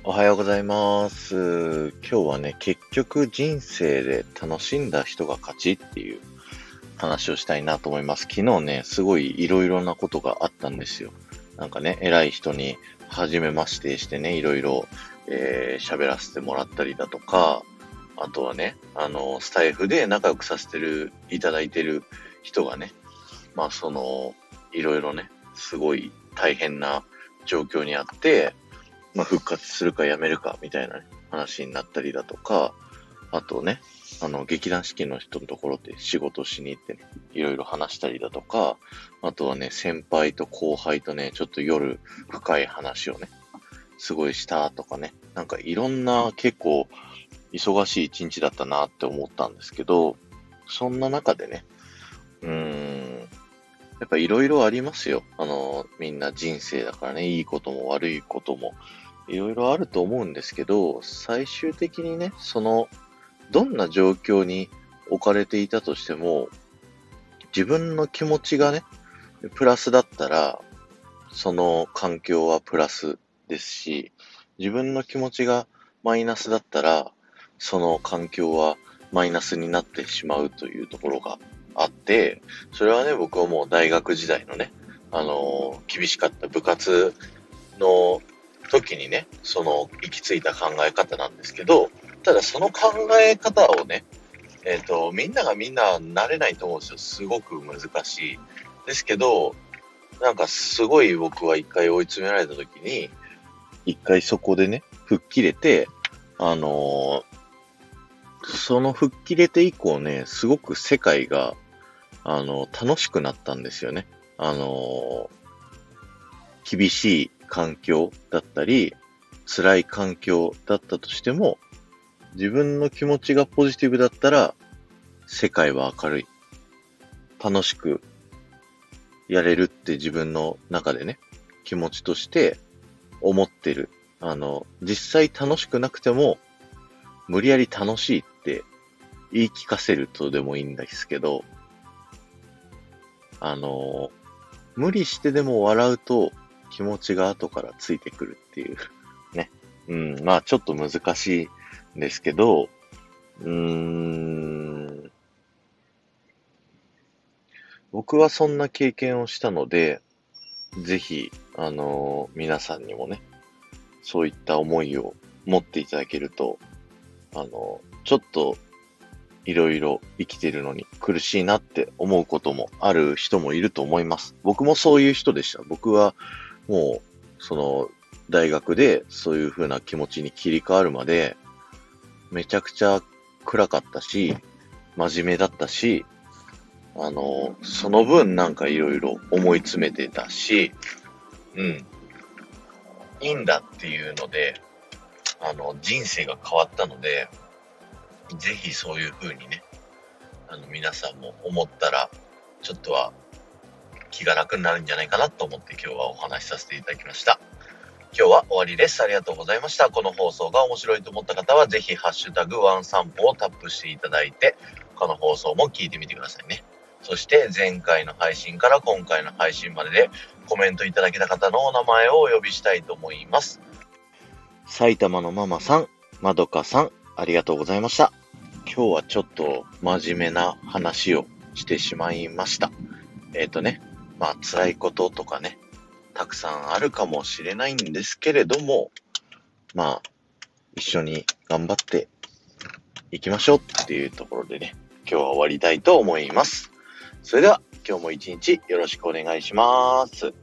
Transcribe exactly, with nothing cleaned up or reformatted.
おはようございます。今日はね、結局人生で楽しんだ人が勝ちっていう話をしたいなと思います。昨日ね、すごいいろいろなことがあったんですよ。なんかね、偉い人に初めましてしてね、いろいろえー喋らせてもらったりだとか、あとはね、あの、スタイフで仲良くさせてる、いただいてる人がね、まあその、いろいろね、すごい大変な状況にあって、まあ、復活するかやめるかみたいなね、話になったりだとか、あとね、あの、劇団四季の人のところで仕事しに行ってね、いろいろ話したりだとか、あとはね、先輩と後輩とね、ちょっと夜深い話をね、すごいしたとかね、なんかいろんな結構忙しい一日だったなって思ったんですけど、そんな中でね、うーん、やっぱいろいろありますよ。あの、みんな人生だからね、いいことも悪いこともいろいろあると思うんですけど、最終的にね、その、どんな状況に置かれていたとしても、自分の気持ちがね、プラスだったら、その環境はプラスですし、自分の気持ちがマイナスだったら、その環境はマイナスになってしまうというところがあって、それはね、僕はもう大学時代のね、あのー厳しかった部活の時にね、その行き着いた考え方なんですけど、ただその考え方をね、えっと、みんながみんな慣れないと思うんですよ。すごく難しい。ですけど、なんかすごい僕は一回追い詰められた時に、一回そこでね、吹っ切れて、あのーその吹っ切れて以降ね、すごく世界が、あの楽しくなったんですよね。あのー厳しい環境だったり、辛い環境だったとしても、自分の気持ちがポジティブだったら、世界は明るい。楽しくやれるって自分の中でね、気持ちとして思ってる。あの、実際楽しくなくても、無理やり楽しいって言い聞かせるとでもいいんですけど、あの、無理してでも笑うと気持ちが後からついてくるっていうね。うん、まあちょっと難しいんですけど、うーん、僕はそんな経験をしたので、ぜひ、あの皆さんにもね、そういった思いを持っていただけると、あのちょっといろいろ生きてるのに苦しいなって思うこともある人もいると思います。僕もそういう人でした。僕はもう、その、大学でそういう風な気持ちに切り替わるまで、めちゃくちゃ暗かったし、真面目だったし、あの、その分なんかいろいろ思い詰めてたし、うん、いいんだっていうので、あの、人生が変わったので、ぜひそういう風にね、あの、皆さんも思ったら、ちょっとは気が楽になるんじゃないかなと思って今日はお話しさせていただきました。今日は終わりです。ありがとうございました。この放送が面白いと思った方は、ぜひハッシュタグワン散歩をタップしていただいて、この放送も聞いてみてくださいね。そして前回の配信から今回の配信まででコメントいただけた方のお名前をお呼びしたいと思います。埼玉のママさん、まどかさん、ありがとうございました。今日はちょっと真面目な話をしてしまいました。えっとね、まあ辛いこととかね、たくさんあるかもしれないんですけれども、まあ、一緒に頑張っていきましょうっていうところでね、今日は終わりたいと思います。それでは、今日も一日よろしくお願いします。